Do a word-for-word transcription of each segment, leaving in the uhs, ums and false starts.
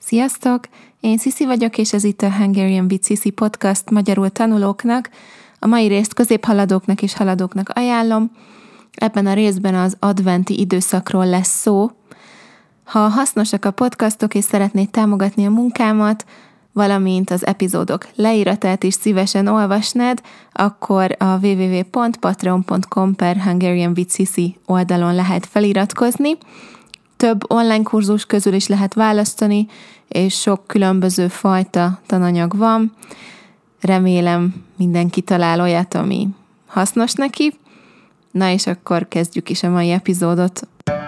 Sziasztok! Én Sziszi vagyok, és ez itt a Hungarian with Sissi podcast magyarul tanulóknak. A mai részt középhaladóknak és haladóknak ajánlom. Ebben a részben az adventi időszakról lesz szó. Ha hasznosak a podcastok, és szeretnéd támogatni a munkámat, valamint az epizódok leíratát is szívesen olvasnád, akkor a double-u double-u double-u pont patreon pont com per Hungarian with Sissi oldalon lehet feliratkozni. Több online kurzus közül is lehet választani, és sok különböző fajta tananyag van. Remélem mindenki talál olyat, ami hasznos neki. Na és akkor kezdjük is a mai epizódot.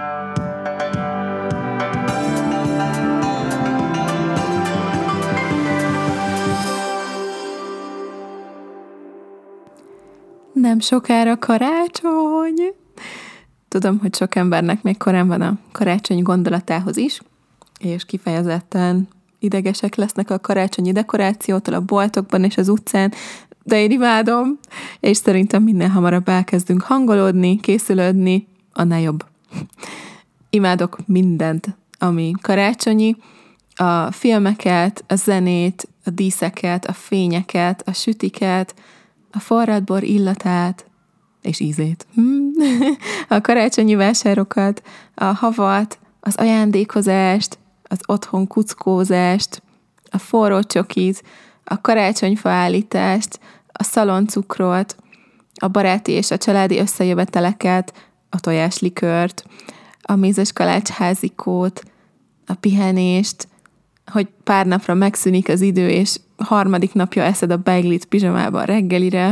Nem sokára karácsony! Tudom, hogy sok embernek még korán van a karácsony gondolatához is, és kifejezetten idegesek lesznek a karácsonyi dekorációtól a boltokban és az utcán, de én imádom, és szerintem minél hamarabb elkezdünk hangolódni, készülődni, annál jobb. Imádok mindent, ami karácsonyi, a filmeket, a zenét, a díszeket, a fényeket, a sütiket, a forradbor illatát, és ízét. Hmm. A karácsonyi vásárokat, a havat, az ajándékozást, az otthon kuckózást, a forró csokit, a karácsonyfa állítást, a szaloncukrot, a baráti és a családi összejöveteleket, a tojáslikört, a mézes kalácsházikót, a pihenést, hogy pár napra megszűnik az idő, és harmadik napja eszed a beiglit pizsamában reggelire.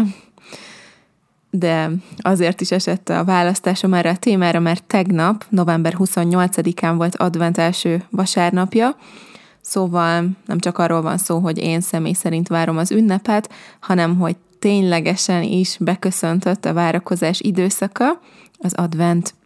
De azért is esett a választásom erre a témára, mert tegnap, november huszonnyolcadikán volt advent első vasárnapja, szóval nem csak arról van szó, hogy én személy szerint várom az ünnepet, hanem hogy ténylegesen is beköszöntött a várakozás időszaka, az advent.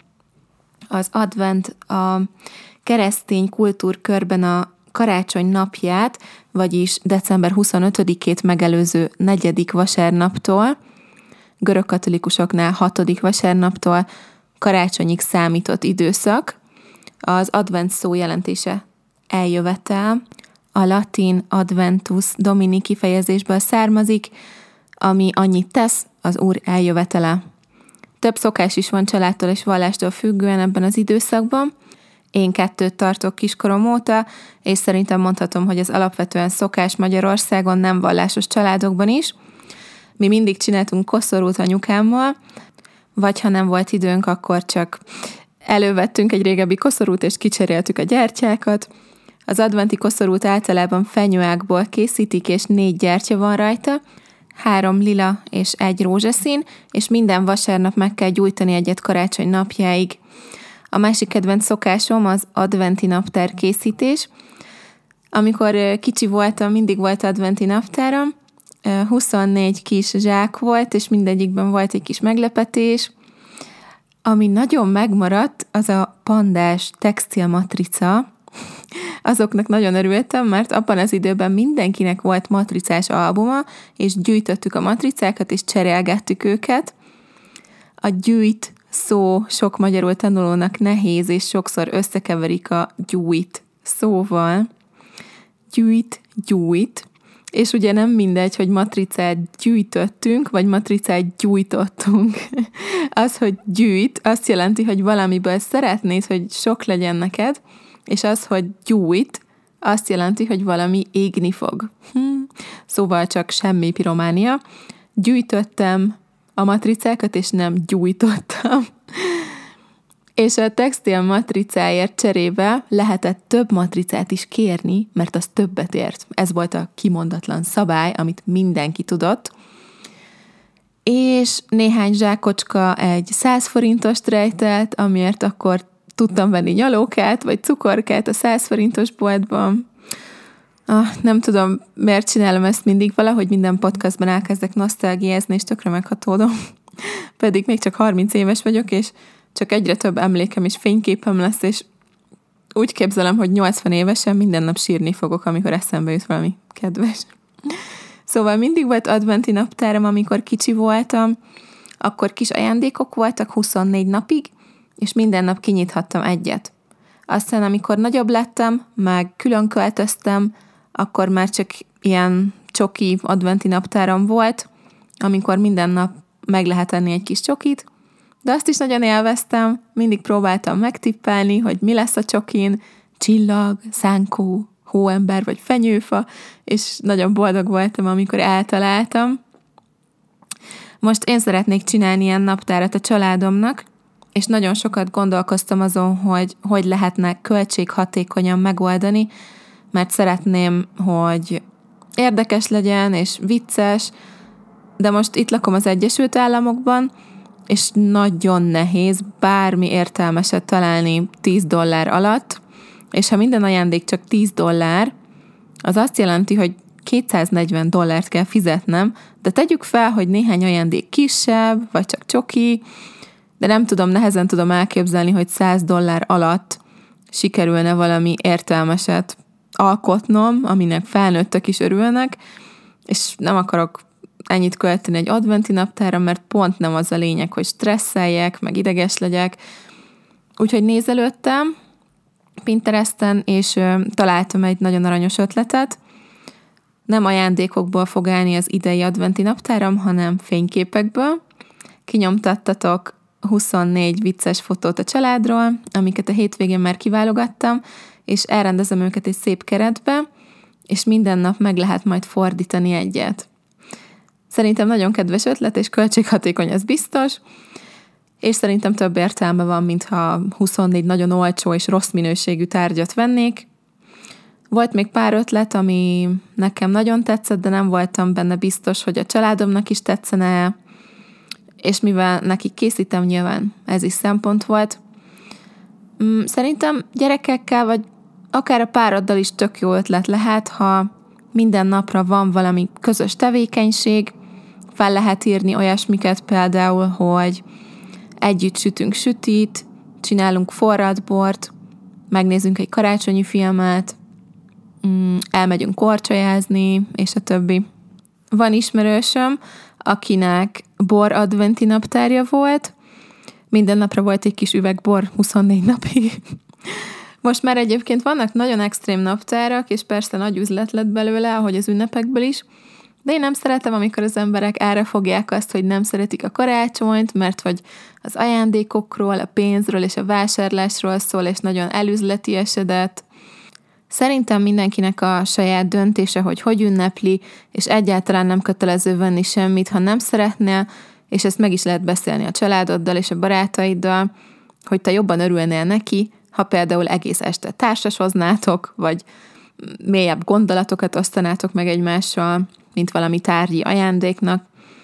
Az advent a keresztény kultúrkörben a karácsony napját, vagyis december huszonötödikét megelőző negyedik vasárnaptól, görög katolikusoknál hatodik vasárnaptól karácsonyig számított időszak. Az advent szó jelentése eljövetel, a latin adventus domini kifejezésből származik, ami annyit tesz, az Úr eljövetele. Több szokás is van családtól és vallástól függően ebben az időszakban. Én kettőt tartok kiskorom óta, és szerintem mondhatom, hogy ez alapvetően szokás Magyarországon, nem vallásos családokban is. Mi mindig csináltunk koszorút anyukámmal, vagy ha nem volt időnk, akkor csak elővettünk egy régebbi koszorút, és kicseréltük a gyertyákat. Az adventi koszorút általában fenyőágból készítik, és négy gyertya van rajta, három lila és egy rózsaszín, és minden vasárnap meg kell gyújtani egyet karácsony napjáig. A másik kedvenc szokásom az adventi naptár készítés. Amikor kicsi voltam, mindig volt adventi naptáram, huszonnégy kis zsák volt, és mindegyikben volt egy kis meglepetés. Ami nagyon megmaradt, az a pandás textilmatrica. Azoknak nagyon örültem, mert abban az időben mindenkinek volt matricás albuma, és gyűjtöttük a matricákat, és cserélgettük őket. A gyűjt szó sok magyarul tanulónak nehéz, és sokszor összekeverik a gyújt szóval. Gyűjt, gyújt. És ugye nem mindegy, hogy matricát gyűjtöttünk, vagy matricát gyújtottunk. Az, hogy gyűjt, azt jelenti, hogy valamiből szeretnéd, hogy sok legyen neked, és az, hogy gyújt, azt jelenti, hogy valami égni fog. Hm. Szóval csak semmi pirománia. Gyűjtöttem a matricákat, és nem gyújtottam. És a textil matricáért cserébe lehetett több matricát is kérni, mert az többet ért. Ez volt a kimondatlan szabály, amit mindenki tudott. És néhány zsákocska egy száz forintost rejtett, amiért akkor tudtam venni nyalókát, vagy cukorkát a száz forintos boltban. Ah, nem tudom, miért csinálom ezt mindig, valahogy minden podcastban elkezdek nosztalgiázni, és tökre meghatódom. Pedig még csak harminc éves vagyok, és csak egyre több emlékem és fényképem lesz, és úgy képzelem, hogy nyolcvan évesen minden nap sírni fogok, amikor eszembe jut valami kedves. Szóval mindig volt adventi naptáram, amikor kicsi voltam, akkor kis ajándékok voltak huszonnégy napig, és minden nap kinyithattam egyet. Aztán amikor nagyobb lettem, meg külön költöztem, akkor már csak ilyen csoki adventi naptáram volt, amikor minden nap meg lehet enni egy kis csokit, de azt is nagyon élveztem, mindig próbáltam megtippelni, hogy mi lesz a csokin, csillag, szánkó, hóember vagy fenyőfa, és nagyon boldog voltam, amikor eltaláltam. Most én szeretnék csinálni ilyen naptárat a családomnak, és nagyon sokat gondolkoztam azon, hogy hogy lehetne költséghatékonyan megoldani, mert szeretném, hogy érdekes legyen és vicces, de most itt lakom az Egyesült Államokban, és nagyon nehéz bármi értelmeset találni tíz dollár alatt, és ha minden ajándék csak tíz dollár, az azt jelenti, hogy kétszáznegyven dollárt kell fizetnem, de tegyük fel, hogy néhány ajándék kisebb, vagy csak csoki, de nem tudom, nehezen tudom elképzelni, hogy száz dollár alatt sikerülne valami értelmeset alkotnom, aminek felnőttek is örülnek, és nem akarok ennyit költeni egy adventi naptára, mert pont nem az a lényeg, hogy stresszeljek, meg ideges legyek. Úgyhogy nézelődtem Pinteresten, és ö, találtam egy nagyon aranyos ötletet. Nem ajándékokból fog állni az idei adventi naptáram, hanem fényképekből. Kinyomtattatok huszonnégy vicces fotót a családról, amiket a hétvégén már kiválogattam, és elrendezem őket egy szép keretbe, és minden nap meg lehet majd fordítani egyet. Szerintem nagyon kedves ötlet, és költséghatékony, ez biztos, és szerintem több értelme van, mintha huszonnégy nagyon olcsó és rossz minőségű tárgyat vennék. Volt még pár ötlet, ami nekem nagyon tetszett, de nem voltam benne biztos, hogy a családomnak is tetszene, és mivel nekik készítem, nyilván ez is szempont volt. Szerintem gyerekekkel, vagy akár a pároddal is tök jó ötlet lehet, ha minden napra van valami közös tevékenység, fel lehet írni olyasmiket például, hogy együtt sütünk sütit, csinálunk forradbort, megnézünk egy karácsonyi filmet, elmegyünk korcsolyázni, és a többi. Van ismerősöm, akinek bor adventi naptárja volt, minden napra volt egy kis üveg bor huszonnégy napig. Most már egyébként vannak nagyon extrém naptárak, és persze nagy üzlet lett belőle, ahogy az ünnepekből is, de én nem szeretem, amikor az emberek erre fogják azt, hogy nem szeretik a karácsonyt, mert hogy az ajándékokról, a pénzről és a vásárlásról szól, és nagyon elüzleti esedett. Szerintem mindenkinek a saját döntése, hogy hogy ünnepli, és egyáltalán nem kötelező venni semmit, ha nem szeretnél, és ezt meg is lehet beszélni a családoddal és a barátaiddal, hogy te jobban örülnél neki, ha például egész este társasoznátok, vagy mélyebb gondolatokat osztanátok meg egymással, mint valami tárgyi ajándéknak.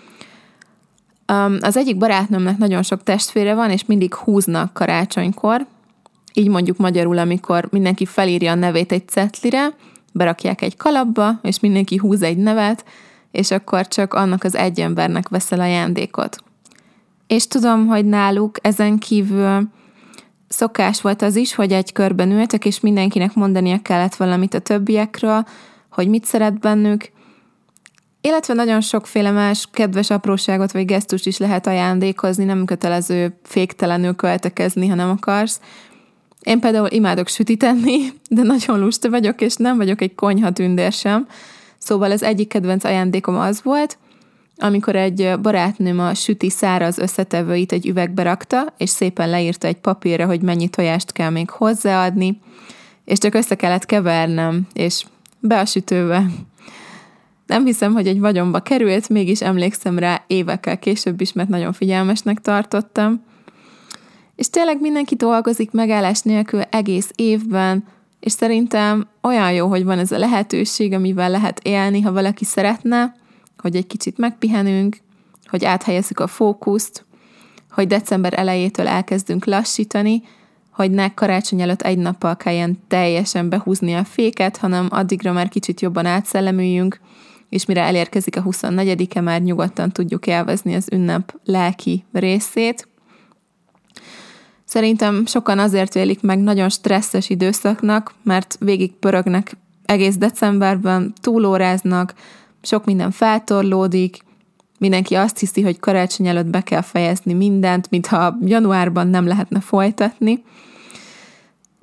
Az egyik barátnőmnek nagyon sok testvére van, és mindig húznak karácsonykor, így mondjuk magyarul, amikor mindenki felírja a nevét egy cetlire, berakják egy kalapba, és mindenki húz egy nevet, és akkor csak annak az egy embernek veszel ajándékot. És tudom, hogy náluk ezen kívül szokás volt az is, hogy egy körben ültek, és mindenkinek mondania kellett valamit a többiekről, hogy mit szeret bennük, illetve nagyon sokféle más kedves apróságot vagy gesztust is lehet ajándékozni, nem kötelező féktelenül költekezni, ha nem akarsz. Én például imádok sütit enni, de nagyon lusta vagyok, és nem vagyok egy konyhatündér sem. Szóval az egyik kedvenc ajándékom az volt, amikor egy barátnőm a süti száraz összetevőit egy üvegbe rakta, és szépen leírta egy papírra, hogy mennyi tojást kell még hozzáadni, és csak össze kellett kevernem, és be a sütőbe. Nem hiszem, hogy egy vagyonba került, mégis emlékszem rá évekkel később is, mert nagyon figyelmesnek tartottam. És tényleg mindenki dolgozik megállás nélkül egész évben, és szerintem olyan jó, hogy van ez a lehetőség, amivel lehet élni, ha valaki szeretne, hogy egy kicsit megpihenünk, hogy áthelyezzük a fókuszt, hogy december elejétől elkezdünk lassítani, hogy ne karácsony előtt egy nappal kelljen teljesen behúzni a féket, hanem addigra már kicsit jobban átszellemüljünk, és mire elérkezik a huszonnegyedike, már nyugodtan tudjuk élvezni az ünnep lelki részét. Szerintem sokan azért vélik meg nagyon stresszes időszaknak, mert végig pörögnek egész decemberben, túlóráznak, sok minden feltorlódik, mindenki azt hiszi, hogy karácsony előtt be kell fejezni mindent, mintha januárban nem lehetne folytatni.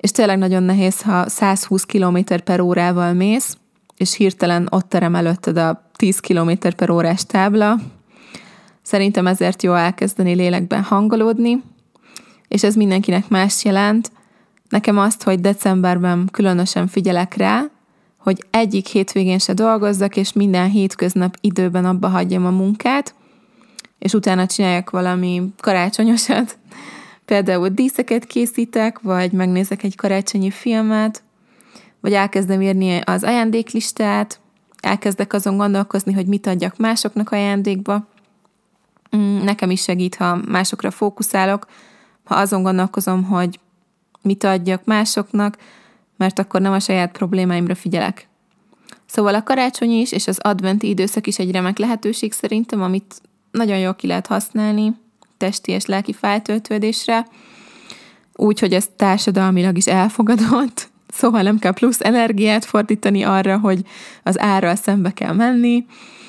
És tényleg nagyon nehéz, ha száz húsz kilométer per órával mész, és hirtelen ott terem előtted a tíz kilométer per órás tábla. Szerintem ezért jó elkezdeni lélekben hangolódni, és ez mindenkinek más jelent. Nekem azt, hogy decemberben különösen figyelek rá, hogy egyik hétvégén se dolgozzak, és minden hétköznap időben abba hagyjam a munkát, és utána csináljak valami karácsonyosat. Például díszeket készítek, vagy megnézek egy karácsonyi filmet, vagy elkezdem írni az ajándéklistát, elkezdek azon gondolkozni, hogy mit adjak másoknak ajándékba. Nekem is segít, ha másokra fókuszálok, ha azon gondolkozom, hogy mit adjak másoknak, mert akkor nem a saját problémáimra figyelek. Szóval a karácsony is, és az adventi időszak is egy remek lehetőség szerintem, amit nagyon jól ki lehet használni testi és lelki feltöltődésre, úgy, hogy ez társadalmilag is elfogadott, szóval nem kell plusz energiát fordítani arra, hogy az árral szembe kell menni.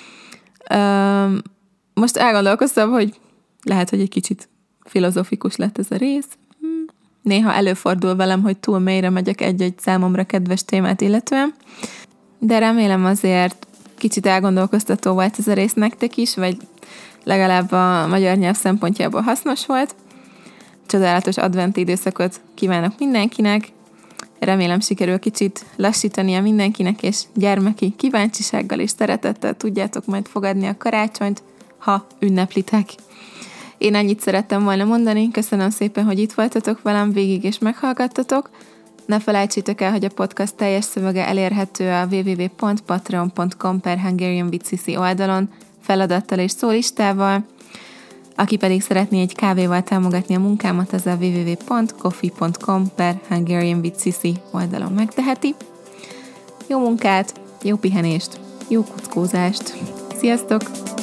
Most elgondolkoztam, hogy lehet, hogy egy kicsit filozofikus lett ez a rész. Néha előfordul velem, hogy túl mélyre megyek egy-egy számomra kedves témát illetően, de remélem azért kicsit elgondolkoztató volt ez a rész nektek is, vagy legalább a magyar nyelv szempontjából hasznos volt. Csodálatos adventi időszakot kívánok mindenkinek. Remélem sikerül kicsit lassítania mindenkinek, és gyermeki kíváncsisággal és szeretettel tudjátok majd fogadni a karácsonyt, ha ünneplitek. Én ennyit szerettem volna mondani, köszönöm szépen, hogy itt voltatok velem végig és meghallgattatok. Ne felejtsétek el, hogy a podcast teljes szövege elérhető a double-u double-u double-u pont patreon pont com per Hungarian with Cici oldalon, feladattal és szólistával. Aki pedig szeretné egy kávéval támogatni a munkámat, az a double-u double-u double-u pont coffee pont com per Hungarian with Cici oldalon megteheti. Jó munkát, jó pihenést, jó kuckózást! Sziasztok!